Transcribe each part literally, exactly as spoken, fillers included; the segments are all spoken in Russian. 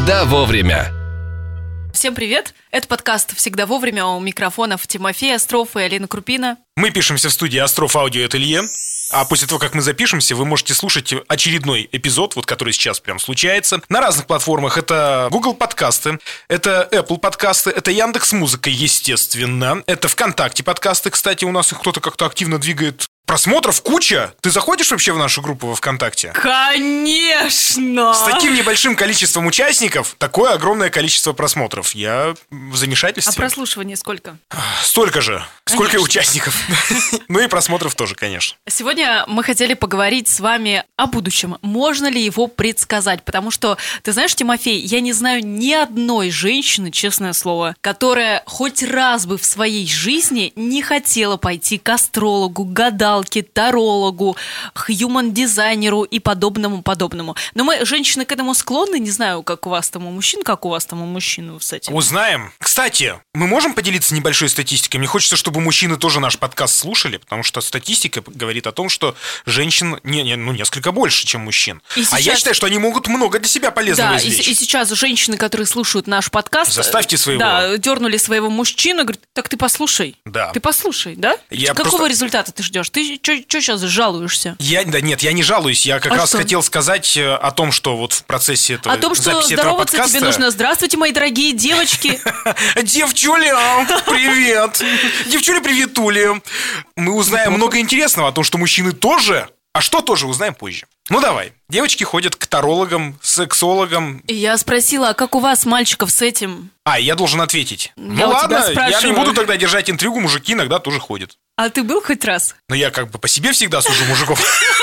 Всегда вовремя. Всем привет! Это подкаст «Всегда вовремя», у микрофонов Тимофей Остров и Алина Крупина. Мы пишемся в студии Остров Аудио Ателье. А после того, как мы запишемся, вы можете слушать очередной эпизод, вот который сейчас прям случается, на разных платформах. Это Google подкасты, это Apple подкасты, это Яндекс.Музыка, естественно. Это ВКонтакте подкасты, кстати, у нас их кто-то как-то активно двигает. Просмотров куча. Ты заходишь вообще в нашу группу во ВКонтакте? Конечно! С таким небольшим количеством участников такое огромное количество просмотров. Я в замешательстве. А прослушивание сколько? Столько же. Сколько и Конечно. участников. Ну и просмотров тоже, конечно. Сегодня мы хотели поговорить с вами о будущем. Можно ли его предсказать? Потому что, ты знаешь, Тимофей, я не знаю ни одной женщины, честное слово, которая хоть раз бы в своей жизни не хотела пойти к астрологу, гадалке, тарологу, хьюман-дизайнеру и подобному-подобному. Но мы, женщины, к этому склонны. Не знаю, как у вас там у мужчин, как у вас там у мужчин, кстати. Узнаем. Кстати, мы можем поделиться небольшой статистикой? Мне хочется, чтобы мужчины тоже наш подкаст слушали, потому что статистика говорит о том, что женщин не, не, ну, несколько больше, чем мужчин. И сейчас... А я считаю, что они могут много для себя полезного да, извлечь. И, и сейчас женщины, которые слушают наш подкаст... Заставьте своего. Да, дернули своего мужчину, говорят, так ты послушай. Да. Ты послушай, да? Я Какого просто... результата ты ждешь? Ты что сейчас жалуешься? Я, да нет, я не жалуюсь. Я как а раз что? хотел сказать о том, что вот в процессе этого О том, что здороваться подкаста... тебе нужно. Здравствуйте, мои дорогие девочки. Девчуля, привет. Девчуля, приветули. Мы узнаем много интересного о том, что мужчины тоже... А что тоже узнаем позже. Ну давай. Девочки ходят к тарологам, сексологам. И я спросила, а как у вас, мальчиков, с этим? А, я должен ответить. Я ну ладно, я не буду тогда держать интригу, мужики иногда тоже ходят. А ты был хоть раз? Но я как бы по себе всегда сужу мужиков.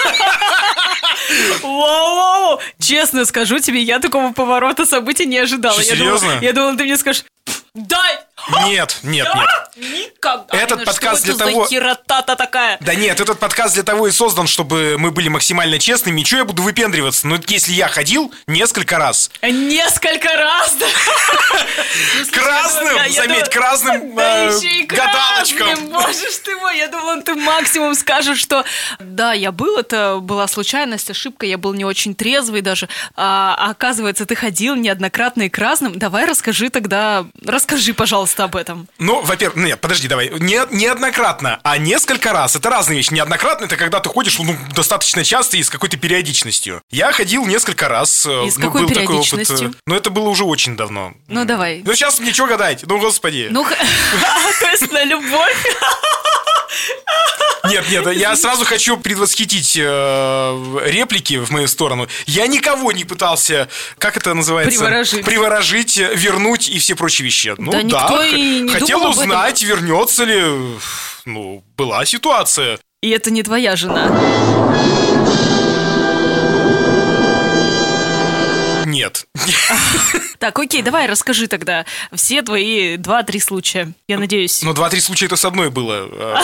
Воу-воу! Честно скажу тебе, я такого поворота событий не ожидала. Что, серьезно? Я думала, ты мне скажешь, дай! Нет, нет, нет. Никогда. Этот Алина, подкаст что для это того... за херотата такая? Да нет, этот подкаст для того и создан, чтобы мы были максимально честными. И что я буду выпендриваться? Ну, если я ходил несколько раз. Несколько раз, да? Красным, заметь, красным гадалочком. Боже ж ты мой, я думала, ты максимум скажешь, что да, я был, это была случайность, ошибка, я был не очень трезвый даже. А оказывается, ты ходил неоднократно и красным. Давай расскажи тогда, расскажи, пожалуйста, об этом. Ну, во-первых, нет, подожди, давай. Не, неоднократно, а несколько раз. Это разные вещи. Неоднократно — это когда ты ходишь ну, достаточно часто и с какой-то периодичностью. Я ходил несколько раз. И с ну, какой был периодичностью? Такой опыт, но это было уже очень давно. Ну, давай. Ну, сейчас мне что гадать? Ну, господи. Ну, то есть на любовь? Нет, нет, я сразу хочу предвосхитить э, реплики в мою сторону. Я никого не пытался, как это называется? Приворожить. Приворожить, вернуть и все прочие вещи. Ну да, да, никто и не хотел думал об этом. узнать, вернется ли. Ну, была ситуация. И это не твоя жена? Нет. Так, окей, давай расскажи тогда все твои два-три случая, я надеюсь. Ну, два-три случая это с одной было.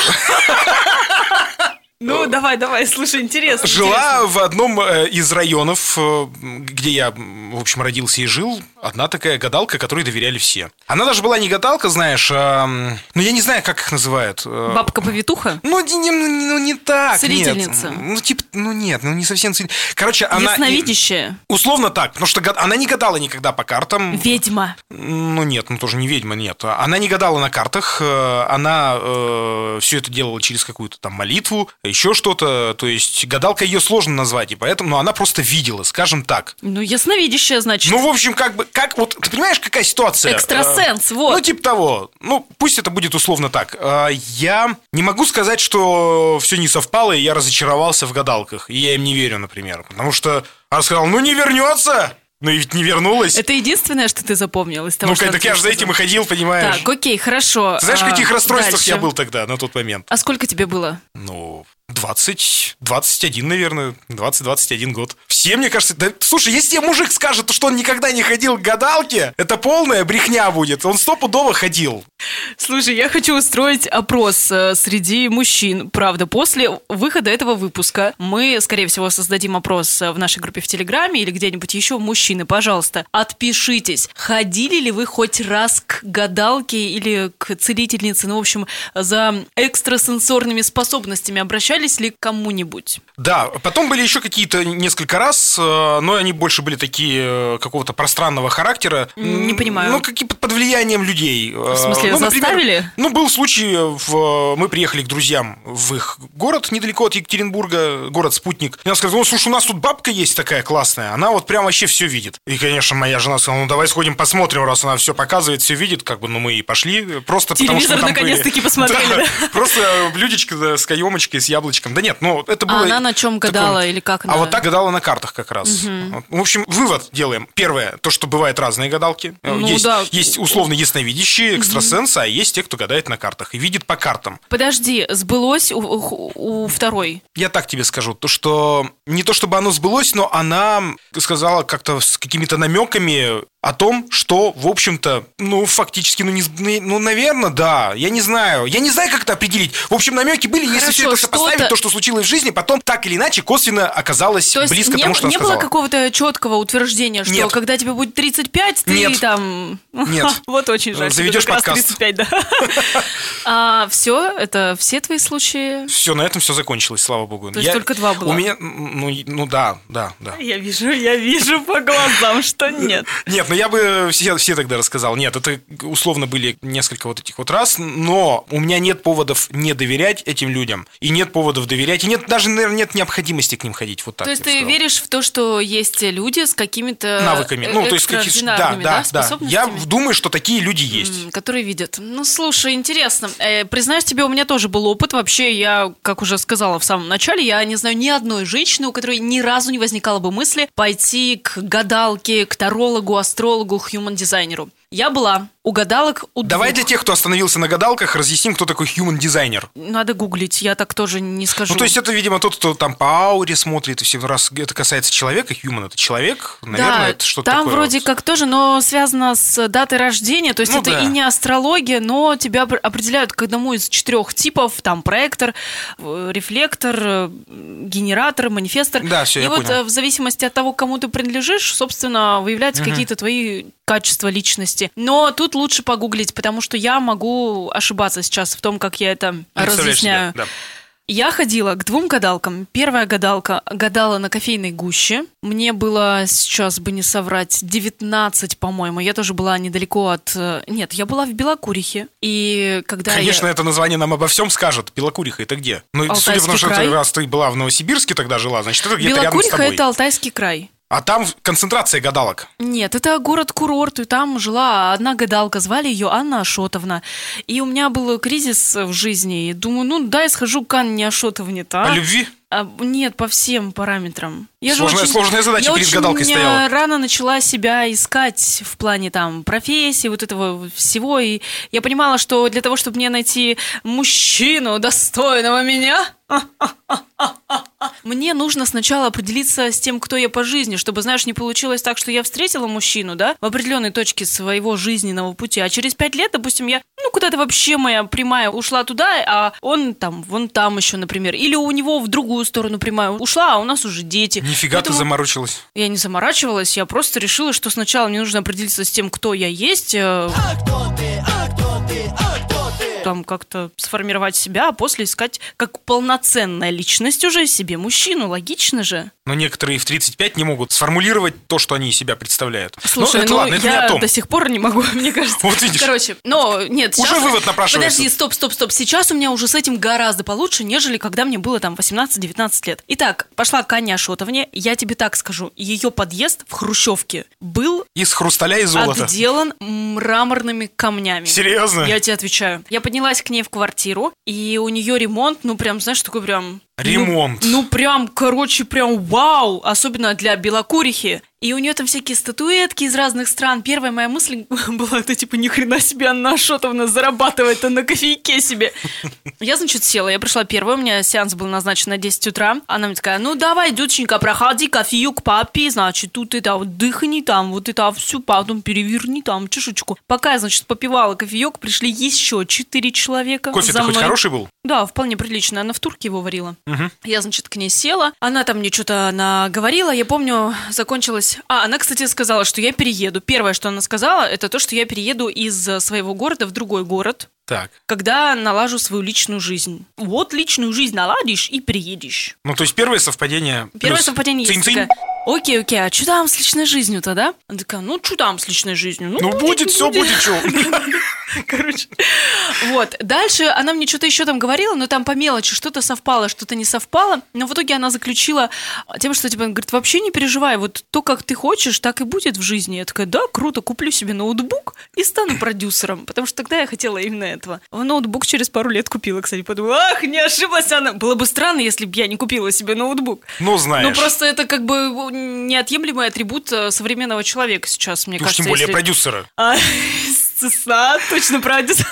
Ну, давай, давай, слушай, интересно. Жила интересно. в одном из районов, где я, в общем, родился и жил, одна такая гадалка, которой доверяли все. Она даже была не гадалка, знаешь, а, ну, я не знаю, как их называют. Бабка-повитуха? Ну, не, не, ну, не так, Целительница? Нет. Ну, типа, ну, нет, ну, не совсем целительница. Короче, она... Ясновидящая? Условно так, потому что она не гадала никогда по картам. Ведьма? Ну, нет, ну, тоже не ведьма, нет. Она не гадала на картах, она э, все это делала через какую-то там молитву, еще что-то, то есть гадалка ее сложно назвать, и поэтому, ну, она просто видела, скажем так. Ну, ясновидящая, значит. Ну, в общем, как бы, как, вот, ты понимаешь, какая ситуация? Экстрасенс, э, вот. Ну, типа того, ну, пусть это будет условно так. Э, я не могу сказать, что все не совпало, и я разочаровался в гадалках, и я им не верю, например, потому что она сказала, ну, не вернется. Ну и ведь не вернулась. Это единственное, что ты запомнил из того, ну, что так я же за этим и ходил, понимаешь. Так, окей, хорошо. Ты знаешь, в каких а, расстройствах дальше. я был тогда, на тот момент? А сколько тебе было? Ну, двадцать, двадцать один, наверное, двадцать-двадцать один год. Все, мне кажется, да, слушай, если тебе мужик скажет, что он никогда не ходил к гадалке, это полная брехня будет, он стопудово ходил. Слушай, я хочу устроить опрос э, среди мужчин. Правда, после выхода этого выпуска мы, скорее всего, создадим опрос в нашей группе в Телеграме или где-нибудь еще. Мужчины, пожалуйста, отпишитесь. Ходили ли вы хоть раз к гадалке или к целительнице? Ну, в общем, за экстрасенсорными способностями обращались встречались ли кому-нибудь? Да, потом были еще какие-то несколько раз, но они больше были такие какого-то пространного характера. Не понимаю. Ну, какие под влиянием людей. В смысле, ну, заставили? Например, ну, был случай, в... мы приехали к друзьям в их город недалеко от Екатеринбурга, город-спутник. И она сказала: ну, слушай, у нас тут бабка есть такая классная, она вот прям вообще все видит. И, конечно, моя жена сказала: ну, давай сходим посмотрим, раз она все показывает, все видит, как бы, ну, мы и пошли. Просто телевизор потому, что наконец-таки посмотрели, да? да? Просто блюдечко с каемочкой, с яблочком. Да нет, ну, это было... А она на чем гадала такое... или как? А она... вот так гадала на картах как раз. Угу. В общем, вывод делаем. Первое, то, что бывают разные гадалки. Ну, есть, да. есть условно ясновидящие, экстрасенсы, угу. а есть те, кто гадает на картах и видит по картам. Подожди, сбылось у, у, у второй? Я так тебе скажу, то, что не то, чтобы оно сбылось, но она сказала как-то с какими-то намеками о том, что, в общем-то, ну, фактически, ну, не, ну, наверное, да, я не знаю. Я не знаю, как это определить. В общем, намеки были, Хорошо, если все это сопоставить, то, что случилось в жизни, потом так или иначе косвенно оказалось то есть близко не, к тому, что не она было сказала. какого-то четкого утверждения, что Нет. когда тебе будет тридцать пять, ты Нет. там... Нет. Вот очень жаль. Заведешь подкаст. тридцать пять, да. А все, это все твои случаи? Все, на этом все закончилось, слава богу. То есть только два было? У меня, ну, ну да, да, да. Я вижу, я вижу по глазам, что нет. Нет, ну я бы все, все тогда рассказал. Нет, это условно были несколько вот этих вот раз, но у меня нет поводов не доверять этим людям, и нет поводов доверять, и нет, даже, наверное, нет необходимости к ним ходить. Вот так. То есть ты сказал. веришь в то, что есть люди с какими-то навыками, ну, то есть какие-то, да, да, да. Я думаю, что такие люди есть. Которые видят. Ну, слушай, интересно. Э, признаюсь тебе, у меня тоже был опыт. Вообще, я, как уже сказала в самом начале, я не знаю ни одной женщины, у которой ни разу не возникало бы мысли пойти к гадалке, к тарологу, астрологу, хьюман-дизайнеру. Я была у гадалок у Давай двух. для тех, кто остановился на гадалках, разъясним, кто такой human-дизайнер. Надо гуглить, я так тоже не скажу. Ну, то есть это, видимо, тот, кто там по ауре смотрит, и все раз это касается человека, human — это человек, наверное, да, это что-то там такое. вроде вот. как тоже, но связано с датой рождения, то есть ну, это да. и не астрология, но тебя определяют к одному из четырех типов, там проектор, рефлектор, генератор, манифестор. Да, все, и я вот понял. в зависимости от того, кому ты принадлежишь, собственно, выявляются угу. какие-то твои качества личности. Но тут лучше погуглить, потому что я могу ошибаться сейчас в том, как я это разъясняю. Себе, да. Я ходила к двум гадалкам. Первая гадалка гадала на кофейной гуще. Мне было, сейчас бы не соврать, девятнадцать, по-моему. Я тоже была недалеко от... Нет, я была в Белокурихе. И когда Конечно, я... это название нам обо всем скажет. Белокуриха — это где? Ну, Алтайский судя по тому, что край. ты, раз ты была в Новосибирске тогда жила, значит, это где-то рядом с Белокуриха тобой. — это Алтайский край. А там концентрация гадалок. Нет, это город-курорт, и там жила одна гадалка, звали ее Анна Ашотовна. И у меня был кризис в жизни, и думаю, ну дай схожу к Анне Ашотовне-то. По любви? А, нет, по всем параметрам. Я сложная, очень, сложная задача я перед очень гадалкой стояла. рано начала себя искать в плане там профессии, вот этого всего. И я понимала, что для того, чтобы мне найти мужчину, достойного меня, мне нужно сначала определиться с тем, кто я по жизни, чтобы, знаешь, не получилось так, что я встретила мужчину, да, в определенной точке своего жизненного пути, а через пять лет, допустим, я, ну, куда-то вообще моя прямая ушла туда, а он там, вон там еще, например, или у него в другую сторону прямая ушла, а у нас уже дети. Нифига Поэтому ты заморочилась. Я не заморачивалась, я просто решила, что сначала мне нужно определиться с тем, кто я есть. А кто ты? А кто ты? А кто ты? Там как-то сформировать себя, а после искать как полноценная личность уже себе мужчину, логично же. Но некоторые в тридцать пять не могут сформулировать то, что они из себя представляют. Слушай, но это ну ладно, это я не о том. до сих пор не могу, мне кажется. Вот видишь. Короче, но нет, Уже сейчас... вывод напрашивается. Подожди, стоп, стоп, стоп. Сейчас у меня уже с этим гораздо получше, нежели когда мне было там восемнадцать-девятнадцать лет. Итак, пошла к Анне Ашотовне. Я тебе так скажу, ее подъезд в Хрущевке был... Из хрусталя и золота. Отделан мраморными камнями. Серьезно? Я тебе отвечаю. Я поднялась к ней в квартиру, и у нее ремонт, ну прям, знаешь, такой прям... Ремонт. Ну, ну прям, короче, прям вау! Особенно для Белокурихи. И у нее там всякие статуэтки из разных стран. Первая моя мысль была, это типа, ни хрена себе Анна Ашотовна зарабатывает на кофейке себе. Я, значит, села, я пришла первая, у меня сеанс был назначен на десять утра. Она мне такая, ну давай, доченька, проходи кофеек попей, значит, тут это вот дыхни там, вот это все, потом переверни там чашечку. Пока я, значит, попивала кофеек, пришли еще четыре человека. Кофе-то хоть хороший был? Да, вполне прилично. Она в турке его варила. Угу. Я, значит, к ней села. Она там мне что-то наговорила. Я помню, закончилась сбылось. А, она, кстати, сказала, что я перееду. Первое, что она сказала, это то, что я перееду из своего города в другой город. Так. Когда налажу свою личную жизнь. Вот личную жизнь наладишь и приедешь. Ну, то есть первое совпадение. Первое плюс совпадение есть. цинь-цинь. Такая, окей, окей, а что там с личной жизнью-то, да? Она такая, ну, что там с личной жизнью? Ну, Ну, будет, все будет, что. Короче. Вот. Дальше она мне что-то еще там говорила, но там по мелочи что-то совпало, что-то не совпало. Но в итоге она заключила тем, что, типа, говорит, вообще не переживай, вот то, как ты хочешь, так и будет в жизни. Я такая, да, круто, куплю себе ноутбук и стану продюсером. Потому что тогда я хотела именно этого. Ноутбук через пару лет купила, кстати. Подумала, ах, не ошиблась она. Было бы странно, если бы я не купила себе ноутбук. Ну, знаешь. Ну, просто это как бы неотъемлемый атрибут современного человека сейчас, мне Ну, кажется. тем более если... продюсера. А, да, точно продюсер.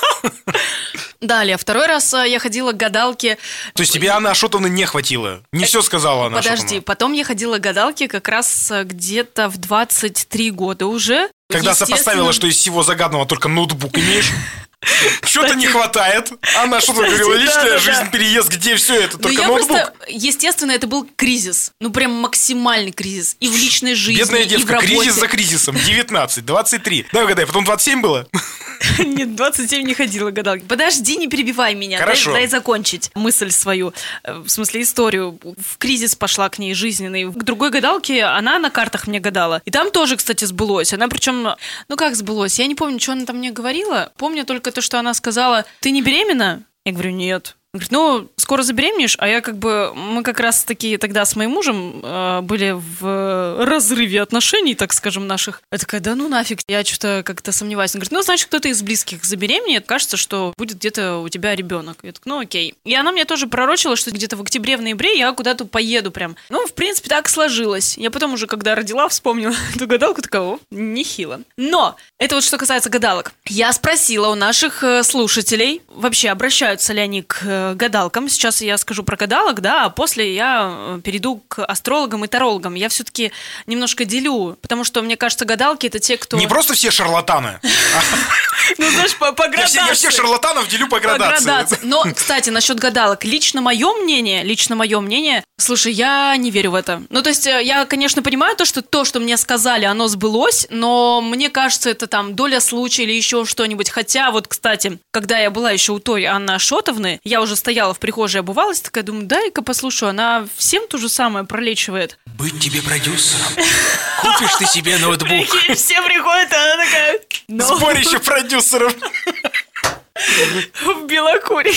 Далее, второй раз я ходила к гадалке. То есть тебе Анны Ашотовны не хватило? Не все сказала Анна Подожди, Ашотовна? потом я ходила к гадалке как раз где-то в двадцать три года уже. Когда сопоставила, что из всего загаданного только ноутбук имеешь? Что-то не хватает. Она что-то говорила, личная жизнь, переезд, где все это, только ноутбук. Естественно, это был кризис. Ну, прям максимальный кризис. И в личной жизни, Бедная и в девка, работе. кризис за кризисом. девятнадцать, двадцать три. Давай угадай, потом двадцать семь было? Нет, двадцать семь не ходила к гадалке. Подожди, не перебивай меня. Хорошо. Дай, дай закончить мысль свою. В смысле, историю. В кризис пошла к ней жизненный. К другой гадалке она на картах мне гадала. И там тоже, кстати, сбылось. Она причем... Ну, как сбылось? Я не помню, что она там мне говорила. Помню только то, что она сказала, ты не беременна? Я говорю, нет. Он говорит, ну, скоро забеременеешь, а я как бы... Мы как раз-таки тогда с моим мужем э, были в разрыве отношений, так скажем, наших. Я такая, да ну нафиг, я что-то как-то сомневаюсь. Он говорит, ну, значит, кто-то из близких забеременеет, кажется, что будет где-то у тебя ребенок. Я так, ну, окей. И она мне тоже пророчила, что где-то в октябре, в ноябре я куда-то поеду прям. Ну, в принципе, так сложилось. Я потом уже, когда родила, вспомнила эту гадалку, такая, о, нехило. Но это вот что касается гадалок. Я спросила у наших слушателей, вообще обращаются ли они к гадалкам. Сейчас я скажу про гадалок, да, а после я перейду к астрологам и тарологам. Я все-таки немножко делю, потому что, мне кажется, гадалки — это те, кто... Не просто все шарлатаны. Ну, знаешь, по градации. Я всех шарлатанов делю по градации. Но, кстати, насчет гадалок. Лично мое мнение, лично мое мнение, слушай, я не верю в это. Ну, то есть, я, конечно, понимаю то, что то, что мне сказали, оно сбылось, но мне кажется, это там доля случая или еще что-нибудь. Хотя, вот, кстати, когда я была еще у той Анны Ашотовны, я уже стояла в прихожей, обувалась, такая, думаю, дай-ка послушаю, она всем то же самое пролечивает. Быть тебе продюсером. Купишь ты себе ноутбук. Прикинь, все приходят, а она такая... Сборище продюсеров. В Белокуре.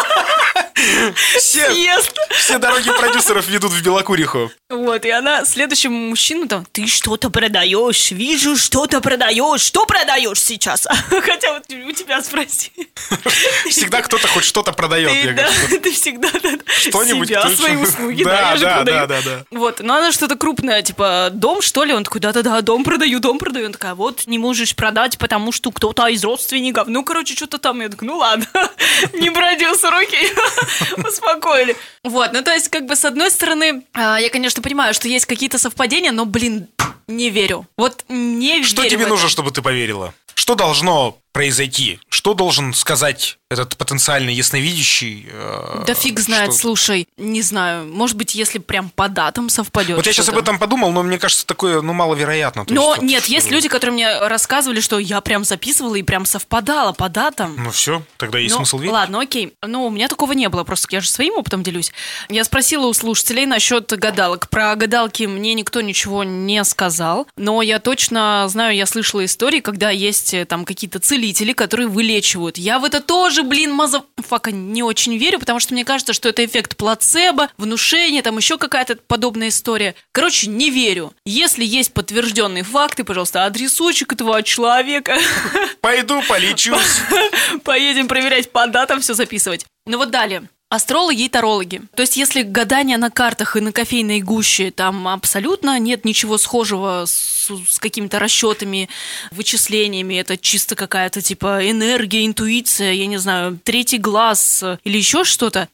Все, все дороги продюсеров ведут в Белокуриху. Вот, и она следующему мужчину там, ты что-то продаешь, вижу, что-то продаешь, что продаешь сейчас? Хотя вот у тебя спроси. Всегда кто-то хоть что-то продает. Ты, да, ты всегда да, что-нибудь себя, точно. свои услуги, да, да, я же да, продаю. да, да, да. Вот, но она что-то крупное, типа, дом, что ли? Он такой, да-да-да, дом продаю, дом продаю. Он такая, вот, не можешь продать, потому что кто-то из родственников. Ну, короче, что-то там. Я такая, ну ладно, не продюсер, окей, успокоили. Вот, ну, то есть, как бы, с одной стороны, я, конечно, понимаю, что есть какие-то совпадения, но, блин, не верю. Вот не верю. Что тебе нужно, чтобы ты поверила? Что должно произойти? Что должен сказать этот потенциально ясновидящий? Э, да фиг знает, что... слушай, не знаю. Может быть, если прям по датам совпадет. Вот я сейчас об этом подумал, но мне кажется, такое, ну, маловероятно. То но есть, нет, вот, есть что... люди, которые мне рассказывали, что я прям записывала и прям совпадала по датам. Ну все, тогда есть ну, смысл верить. Ладно, окей. Ну, у меня такого не было, просто я же своим опытом делюсь. Я спросила у слушателей насчет гадалок. Про гадалки мне никто ничего не сказал, но я точно знаю, я слышала истории, когда есть там какие-то целители, которые вылечивают. Я в это тоже, блин, мазафака, не очень верю, потому что мне кажется, что это эффект плацебо, внушение, там еще какая-то подобная история. Короче, не верю. Если есть подтвержденные факты, пожалуйста, адресочек этого человека. Пойду полечусь. Поедем проверять по датам, все записывать. Ну вот далее. Астрологи и тарологи. То есть, если гадание на картах и на кофейной гуще, там абсолютно нет ничего схожего с, с какими-то расчетами, вычислениями, это чисто какая-то типа энергия, интуиция, я не знаю, третий глаз или еще что-то,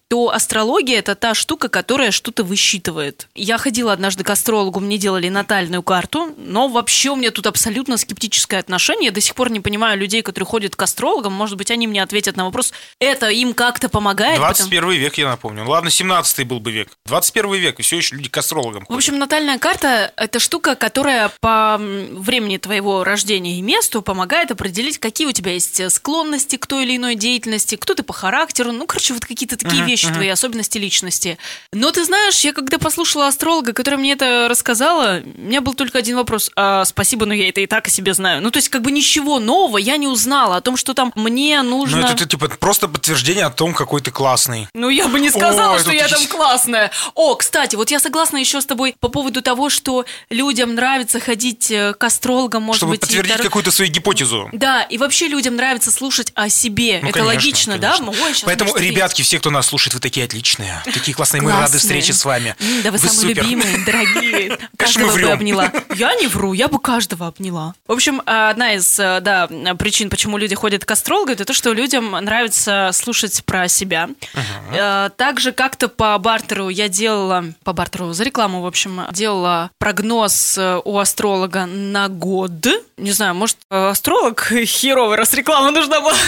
то астрология – это та штука, которая что-то высчитывает. Я ходила однажды к астрологу, мне делали натальную карту, но вообще у меня тут абсолютно скептическое отношение. Я до сих пор не понимаю людей, которые ходят к астрологам. Может быть, они мне ответят на вопрос, это им как-то помогает? двадцать первый век, я напомню. Ладно, семнадцатый был бы век. двадцать первый век, и все еще люди к астрологам ходят. В общем, натальная карта – это штука, которая по времени твоего рождения и месту помогает определить, какие у тебя есть склонности к той или иной деятельности, кто ты по характеру, ну, короче, вот какие-то такие uh-huh, вещи, uh-huh. твои особенности личности. Но ты знаешь, я когда послушала астролога, которая мне это рассказала, у меня был только один вопрос. А, спасибо, но я это и так о себе знаю. Ну, то есть, как бы ничего нового я не узнала о том, что там мне нужно... Ну, это, это типа просто подтверждение о том, какой ты классный. Ну, я бы не сказала, О, что я там классная. О, кстати, вот я согласна еще с тобой по поводу того, что людям нравится ходить к астрологам, может Чтобы быть... Чтобы подтвердить тар... какую-то свою гипотезу. Да, и вообще людям нравится слушать о себе. Ну, это конечно, логично, конечно. да? Ой, Поэтому, может, ребятки, все, кто нас слушает, вы такие отличные, такие классные, мы рады встрече с вами. Да, вы, вы самые супер. Любимые, дорогие. Каждого бы обняла. Я не вру, я бы каждого обняла. В общем, одна из да, причин, почему люди ходят к астрологу, это то, что людям нравится слушать про себя. Uh-huh. Также как-то по бартеру я делала, по бартеру за рекламу, в общем, делала прогноз у астролога на год. Не знаю, может, астролог херовый, раз реклама нужна была.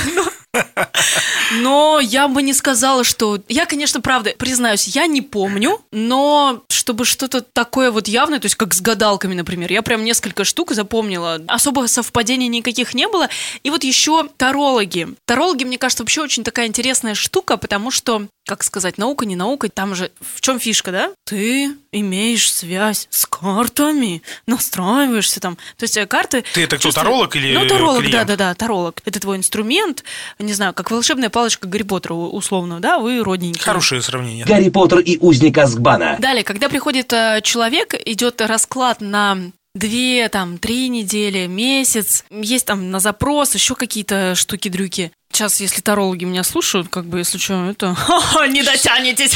Но я бы не сказала, что... Я, конечно, правда, признаюсь, я не помню, но чтобы что-то такое вот явное, то есть как с гадалками, например, я прям несколько штук запомнила. Особо совпадений никаких не было. И вот еще тарологи. Тарологи, мне кажется, вообще очень такая интересная штука, потому что, как сказать, наука, не наука, там же в чем фишка, да? Ты имеешь связь с картами, настраиваешься там. То есть карты... Ты это кто, чувствует... таролог или Ну, таролог, клиент? да-да-да, таролог. Это твой инструмент, не знаю, как волшебная палочка Гарри Поттера, условно, да, вы родненькие. Хорошее сравнение. Гарри Поттер и узник Азкбана. Далее, когда приходит человек, идет расклад на две, там, три недели, месяц, есть там на запрос еще какие-то штуки-дрюки. Сейчас, если тарологи меня слушают, как бы, если что, это... Не дотянетесь!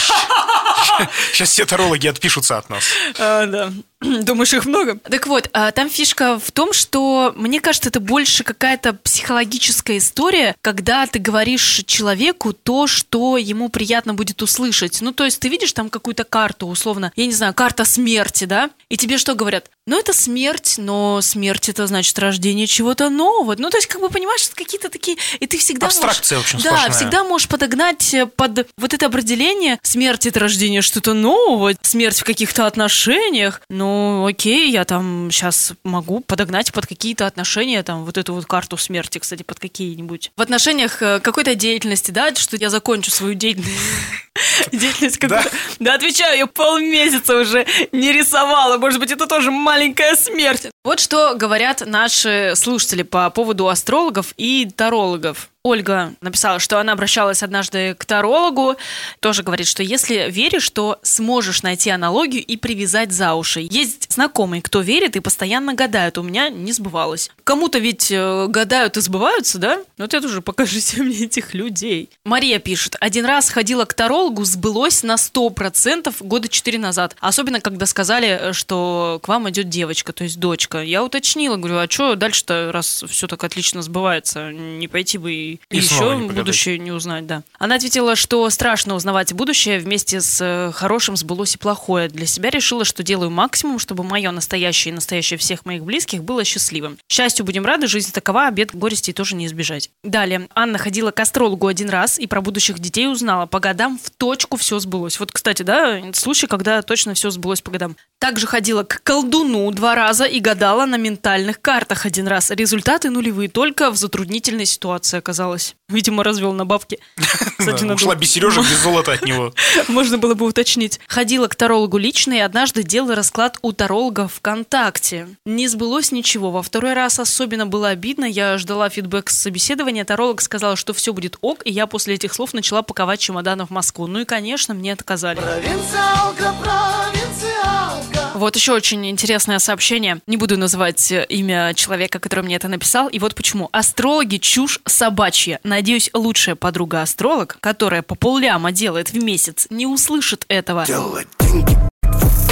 Сейчас все тарологи отпишутся от нас. А, да. Думаешь, их много? Так вот, там фишка в том, что, мне кажется, это больше какая-то психологическая история, когда ты говоришь человеку то, что ему приятно будет услышать. Ну, то есть ты видишь там какую-то карту, условно, я не знаю, карта смерти, да? И тебе что говорят? Ну, это смерть, но смерть — это значит рождение чего-то нового. Ну, то есть, как бы, понимаешь, какие-то такие... И ты всегда Абстракция можешь... очень Да, сплошная. всегда можешь подогнать под вот это определение смерть — это рождение что-то нового, смерть в каких-то отношениях. Ну, окей, я там сейчас могу подогнать под какие-то отношения, там, вот эту вот карту смерти, кстати, под какие-нибудь. В отношениях какой-то деятельности, да, что я закончу свою деятельность. Деятельность какую-то. Да, отвечаю, я полмесяца уже не рисовала. Может быть, это тоже маленькая смерть. Вот что говорят наши слушатели по поводу астрологов и тарологов. Ольга написала, что она обращалась однажды к тарологу, тоже говорит, что если веришь, то сможешь найти аналогию и привязать за уши. Есть знакомые, кто верит и постоянно гадают, у меня не сбывалось. Кому-то ведь э, гадают и сбываются, да? Вот это уже покажите мне этих людей. Мария пишет, один раз ходила к тарологу, сбылось на сто процентов года четыре назад. Особенно, когда сказали, что к вам идет девочка, то есть дочка. Я уточнила, говорю, а что дальше-то, раз все так отлично сбывается, не пойти бы и И, и еще не будущее не узнать, да. Она ответила, что страшно узнавать будущее, вместе с хорошим сбылось и плохое. Для себя решила, что делаю максимум, чтобы мое настоящее и настоящее всех моих близких было счастливым. Счастью будем рады, жизнь такова, обет горестей тоже не избежать. Далее. Анна ходила к астрологу один раз и про будущих детей узнала. По годам в точку все сбылось. Вот, кстати, да, случай, когда точно все сбылось по годам. Также ходила к колдуну два раза и гадала на ментальных картах один раз. Результаты нулевые, только в затруднительной ситуации оказалось. Видимо, развел на бабки. Кстати, да, ушла без сережек, без золота от него. Можно было бы уточнить. Ходила к тарологу лично и однажды делала расклад у таролога ВКонтакте. Не сбылось ничего. Во второй раз особенно было обидно. Я ждала фидбэк с собеседования. Таролог сказал, что все будет ок, и я после этих слов начала паковать чемоданы в Москву. Ну и, конечно, мне отказали. Провинциалка, провинциалка. Вот еще очень интересное сообщение. Не буду называть имя человека, который мне это написал. И вот почему. Астрологи — чушь собачья. Надеюсь, лучшая подруга-астролог, которая по полляма делает в месяц, не услышит этого.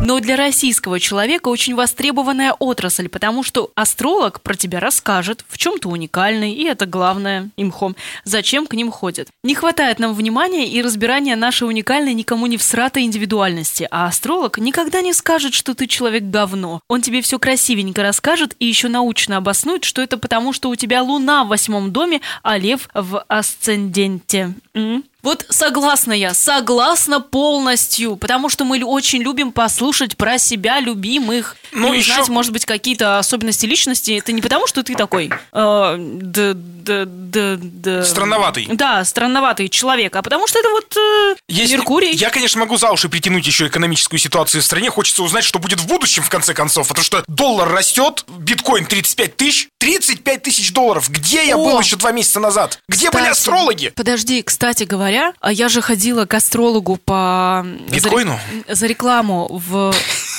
Но для российского человека очень востребованная отрасль, потому что астролог про тебя расскажет, в чем ты уникальный, и это главное, имхом, зачем к ним ходят. Не хватает нам внимания и разбирания нашей уникальной, никому не всратой индивидуальности, а астролог никогда не скажет, что ты человек говно. Он тебе все красивенько расскажет и еще научно обоснует, что это потому, что у тебя Луна в восьмом доме, а Лев в асценденте. М? Вот согласна я, согласна полностью, потому что мы очень любим послушать про себя любимых, ну, и узнать, еще... может быть, какие-то особенности личности. Это не потому, что ты такой э, да, да, да, да, странноватый. Да, странноватый человек, а потому что это вот э, Есть... Меркурий. Я, конечно, могу за уши притянуть еще экономическую ситуацию в стране. Хочется узнать, что будет в будущем, в конце концов. Потому что доллар растет, биткоин тридцать пять тысяч. тридцать пять тысяч долларов. Где я О! был еще два месяца назад? Где Кстати, были астрологи? Подожди, кстати говоря, я же ходила к астрологу по... Биткоину? За, за рекламу в...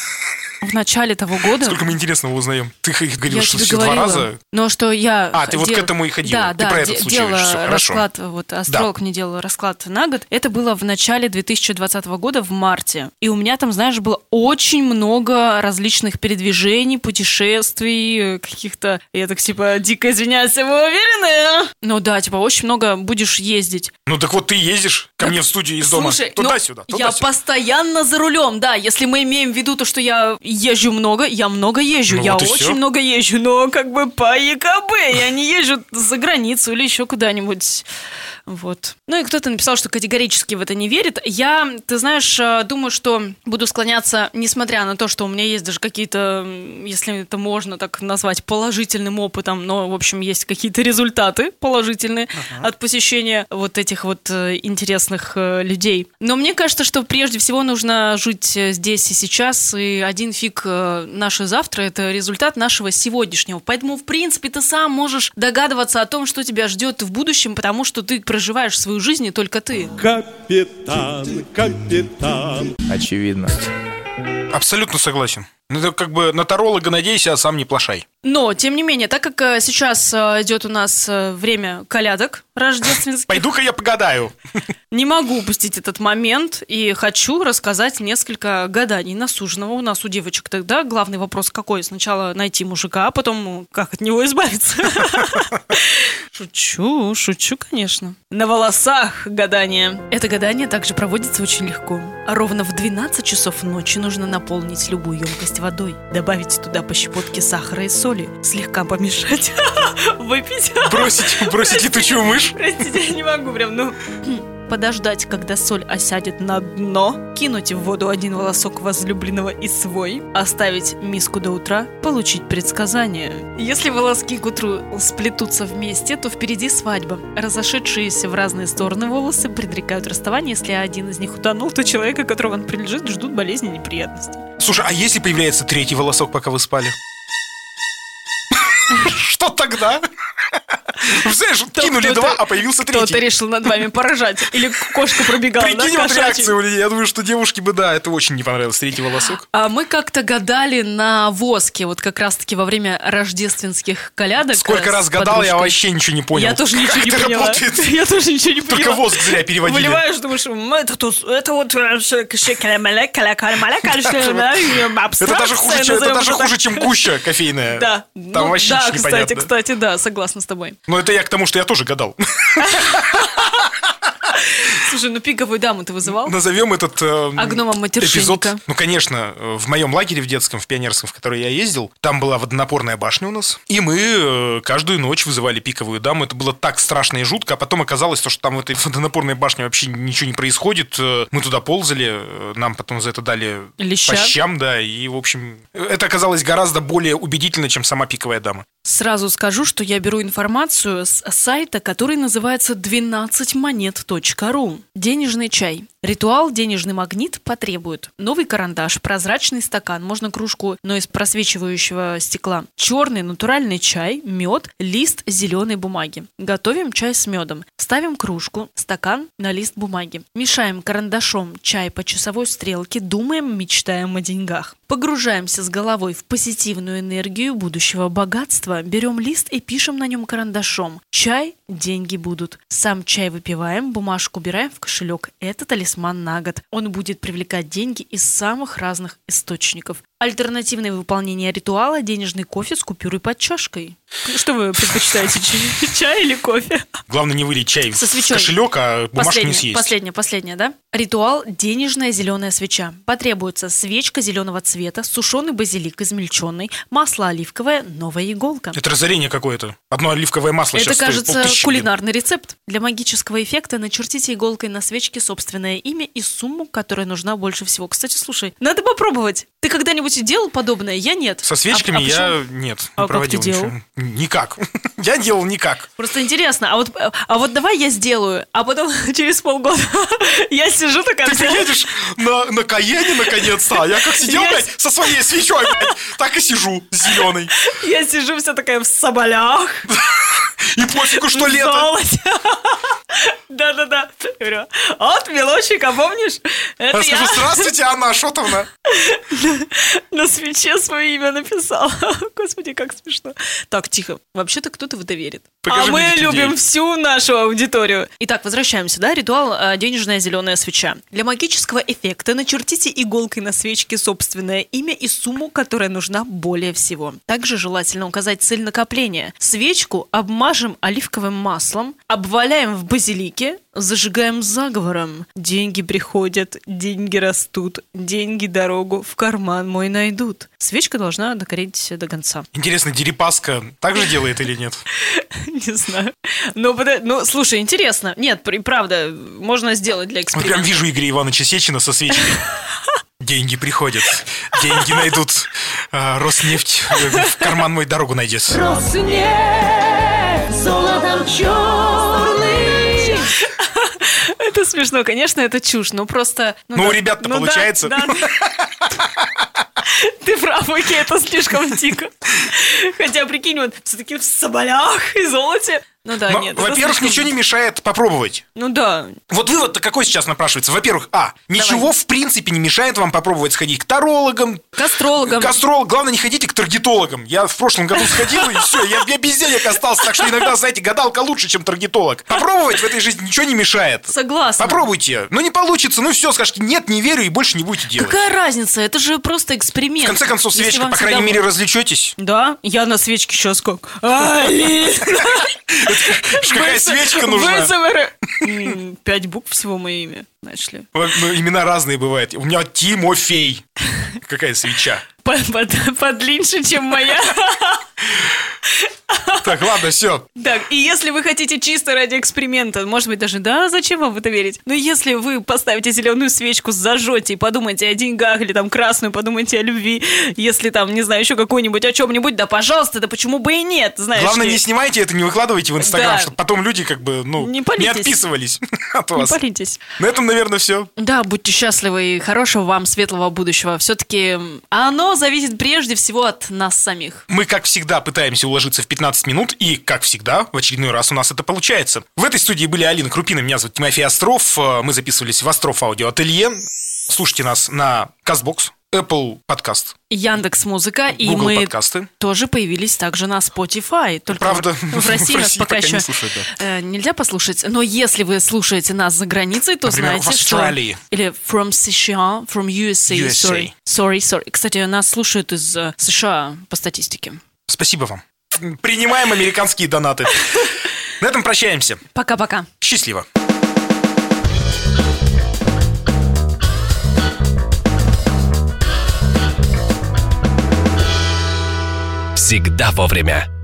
В начале того года. Сколько мы интересного узнаем. Ты говорил, я что тебе все говорила, два раза. Но что я... А, ты вот дел... к этому и ходила. Да, ты да, про этот де- случай делала говоришь. Все, расклад, вот астролог да. мне делал расклад на год. Это было в начале две тысячи двадцатого года, в марте. И у меня там, знаешь, было очень много различных передвижений, путешествий, каких-то... Я так, типа, дико извиняюсь, вы уверены? Ну да, типа, очень много будешь ездить. Ну так вот ты ездишь ко так, мне в студию из слушай, дома. Туда-сюда, ну, я туда-сюда. постоянно за рулем, да. Если мы имеем в виду то, что я езжу много, я много езжу. Ну, я вот и очень всё. много езжу, но как бы по ЕКБ. Я не езжу за границу или еще куда-нибудь. Вот. Ну и кто-то написал, что категорически в это не верит. Я, ты знаешь, думаю, что буду склоняться, несмотря на то, что у меня есть даже какие-то, если это можно так назвать, положительным опытом, но, в общем, есть какие-то результаты положительные uh-huh. от посещения вот этих вот интересных людей. Но мне кажется, что прежде всего нужно жить здесь и сейчас, и один фиг наше завтра — это результат нашего сегодняшнего. Поэтому, в принципе, ты сам можешь догадываться о том, что тебя ждет в будущем, потому что ты проживаешь свою жизнь, и только ты. Капитан, капитан. Очевидно. Абсолютно согласен. Ну, это как бы на таролога надейся, а сам не плашай. Но, тем не менее, так как сейчас идет у нас время колядок рождественских... Пойду-ка я погадаю. Не могу упустить этот момент и хочу рассказать несколько гаданий на суженого. У нас у девочек тогда главный вопрос какой? Сначала найти мужика, а потом как от него избавиться. Шучу, шучу, конечно. На волосах гадание. Это гадание также проводится очень легко. Ровно в двенадцать часов ночи нужно наполнить любую емкость водой, добавить туда по щепотке сахара и соли, слегка помешать, выпить. Бросить, бросить летучую мышь. Простите, я не могу прям, ну... Подождать, когда соль осядет на дно, кинуть в воду один волосок возлюбленного и свой, оставить миску до утра, получить предсказание. Если волоски к утру сплетутся вместе, то впереди свадьба. Разошедшиеся в разные стороны волосы предрекают расставание. Если один из них утонул, то человека, которого он принадлежит, ждут болезни и неприятности. Слушай, а если появляется третий волосок, пока вы спали? Что тогда? Знаешь, кинули два, а появился третий. Кто-то решил над вами поражать. Или кошка пробегала, да, Прикинь, вот кошачий. реакция у людей. Я думаю, что девушке бы, да, это очень не понравилось. Третий волосок. А мы как-то гадали на воске, вот как раз-таки во время рождественских колядок. Сколько раз гадал, я вообще ничего не понял. Я тоже ничего не Как это поняла. работает? Я тоже ничего не поняла. Только воск зря переводили. Выливаешь, думаешь, это, тут, это вот... Это даже хуже, чем, это даже хуже, чем гуща кофейная. Да. Там ну, вообще да, ничего не кстати, понятно. кстати, да, согласна с тобой. Но это я к тому, что я тоже гадал. Слушай, ну пиковую даму ты вызывал? Назовем этот э, А гнома матершинника? эпизод. Ну, конечно, в моем лагере в детском, в пионерском, в который я ездил, там была водонапорная башня у нас. И мы э, каждую ночь вызывали пиковую даму. Это было так страшно и жутко. А потом оказалось, что там в этой водонапорной башне вообще ничего не происходит. Мы туда ползали, нам потом за это дали Леща. по щам, да. И, в общем, это оказалось гораздо более убедительно, чем сама пиковая дама. Сразу скажу, что я беру информацию с сайта, который называется двенадцать монет точка ру. Денежный чай. Ритуал «Денежный магнит» потребует новый карандаш, прозрачный стакан, можно кружку, но из просвечивающего стекла, черный натуральный чай, мед, лист зеленой бумаги. Готовим чай с медом. Ставим кружку, стакан на лист бумаги. Мешаем карандашом чай по часовой стрелке, думаем, мечтаем о деньгах. Погружаемся с головой в позитивную энергию будущего богатства, берем лист и пишем на нем карандашом. Чай, деньги будут. Сам чай выпиваем, бумажку кармашек убираем в кошелек. Это талисман на год. Он будет привлекать деньги из самых разных источников. Альтернативное выполнение ритуала – денежный кофе с купюрой под чашкой. Что вы предпочитаете, чай, чай или кофе? Главное не вылить чай Со в свечой. кошелек, а бумажку не съесть. Последнее, последнее, да? Ритуал – денежная зеленая свеча. Потребуется свечка зеленого цвета, сушеный базилик измельченный, масло оливковое, новая иголка. Это разорение какое-то. Одно оливковое масло Это, сейчас стоит кажется, полтысячи. кулинарный рецепт. Для магического эффекта начертите иголкой на свечке собственное имя и сумму, которая нужна больше всего. Кстати, слушай, надо попробовать. Ты когда-нибудь делал подобное? Я нет. Со свечками А- а я почему? нет, не А как проводил ты делал? ничего. Никак. Я делал никак. Просто интересно, а вот, а вот давай я сделаю, а потом через полгода я сижу такая... Ты вся- едешь на, на Каене наконец-то, а я как сидел, Я- блядь, со своей свечой, блядь, так и сижу, зеленой. Я сижу вся такая в соболях. И пофигу, что в лето. золоте. Да-да-да. Говорю, от Милочика, помнишь? Это Я скажу, я здравствуйте, Анна Ашотовна. на свече свое имя написала. Господи, как смешно. Так, тихо. Вообще-то кто-то в это верит. Покажи А мы мне этих любим людей. всю нашу аудиторию. Итак, возвращаемся, да? Ритуал э, «Денежная зеленая свеча». Для магического эффекта начертите иголкой на свечке собственное имя и сумму, которая нужна более всего. Также желательно указать цель накопления. Свечку обмажем оливковым маслом, обваляем в базилике, зажигаем заговором. Деньги приходят, деньги растут, деньги дорогу в карман мой найдут. Свечка должна догореть до конца. Интересно, Дерипаска так же делает или нет? Не знаю. Ну, пода- ну, слушай, интересно. Нет, при- правда, можно сделать для Вот прям эксперимента. вижу Игоря Ивановича Сечина со свечкой. Деньги приходят, деньги найдут, а, Роснефть э, в карман мой дорогу найдет. Роснефть, золотом черный. Это смешно, конечно, это чушь, но просто... Ну, у да, ребят-то ну да, получается. да. Ты прав, окей, это слишком дико. Хотя, прикинь, вот все-таки в соболях и золоте. Ну да, Но, нет. это во-первых, слишком- ничего не мешает попробовать. Ну да. Вот вывод-то какой сейчас напрашивается? Во-первых, а, ничего в принципе не мешает вам попробовать сходить к тарологам, К астрологам. к астрологам. Главное, не ходите к таргетологам. Я в прошлом году сходил, и все, я, я без денег остался. Так что иногда, знаете, гадалка лучше, чем таргетолог. Попробовать в этой жизни ничего не мешает. Согласна. Попробуйте. Ну, не получится, ну все, скажите, нет, не верю, и больше не будете делать. Какая разница? Это же просто эксперимент. В конце концов, Если свечка, вам по всегда крайней мере, будет- развлечетесь. Да, я на свечке сейчас как. Алина! Какая свечка нужна? М, Пять букв всего мое имя, знаешь ли. Вот, ну, имена разные бывают. У меня Тимофей. Какая свеча. Под- под- Подлиннее, чем моя. Так, ладно, все. Так, и если вы хотите чисто ради эксперимента, может быть, даже, да, зачем вам в это верить? Но если вы поставите зеленую свечку, зажжете и подумаете о деньгах, или там красную, подумайте о любви, если там, не знаю, еще какой-нибудь, о чем-нибудь, да, пожалуйста, да почему бы и нет, знаешь Главное, ли. не снимайте это, не выкладывайте в Инстаграм, Да. чтобы потом люди как бы, ну, Не не, палитесь. отписывались от Не вас. палитесь. На этом, наверное, все. Да, будьте счастливы и хорошего вам светлого будущего. Все-таки оно зависит прежде всего от нас самих. Мы, как всегда, пытаемся уложиться в пятнадцать минут, и, как всегда, в очередной раз у нас это получается. В этой студии были Алина Крупина, меня зовут Тимофей Остров. Мы записывались в Остров Аудио Ателье. Слушайте нас на Castbox, Apple Podcast, Яндекс Музыка, и Google мы подкасты. тоже появились также на Spotify. Только Правда, в России в нас России пока, пока еще не слушают, э, нельзя послушать. Но если вы слушаете нас за границей, то Например, в знаете, что... Австралии. Или from США, from ю эс эй, ю эс эй. sorry. Sorry, sorry. Кстати, нас слушают из э, США по статистике. Спасибо вам. Принимаем американские донаты. На этом прощаемся. Пока-пока. Счастливо. Всегда вовремя.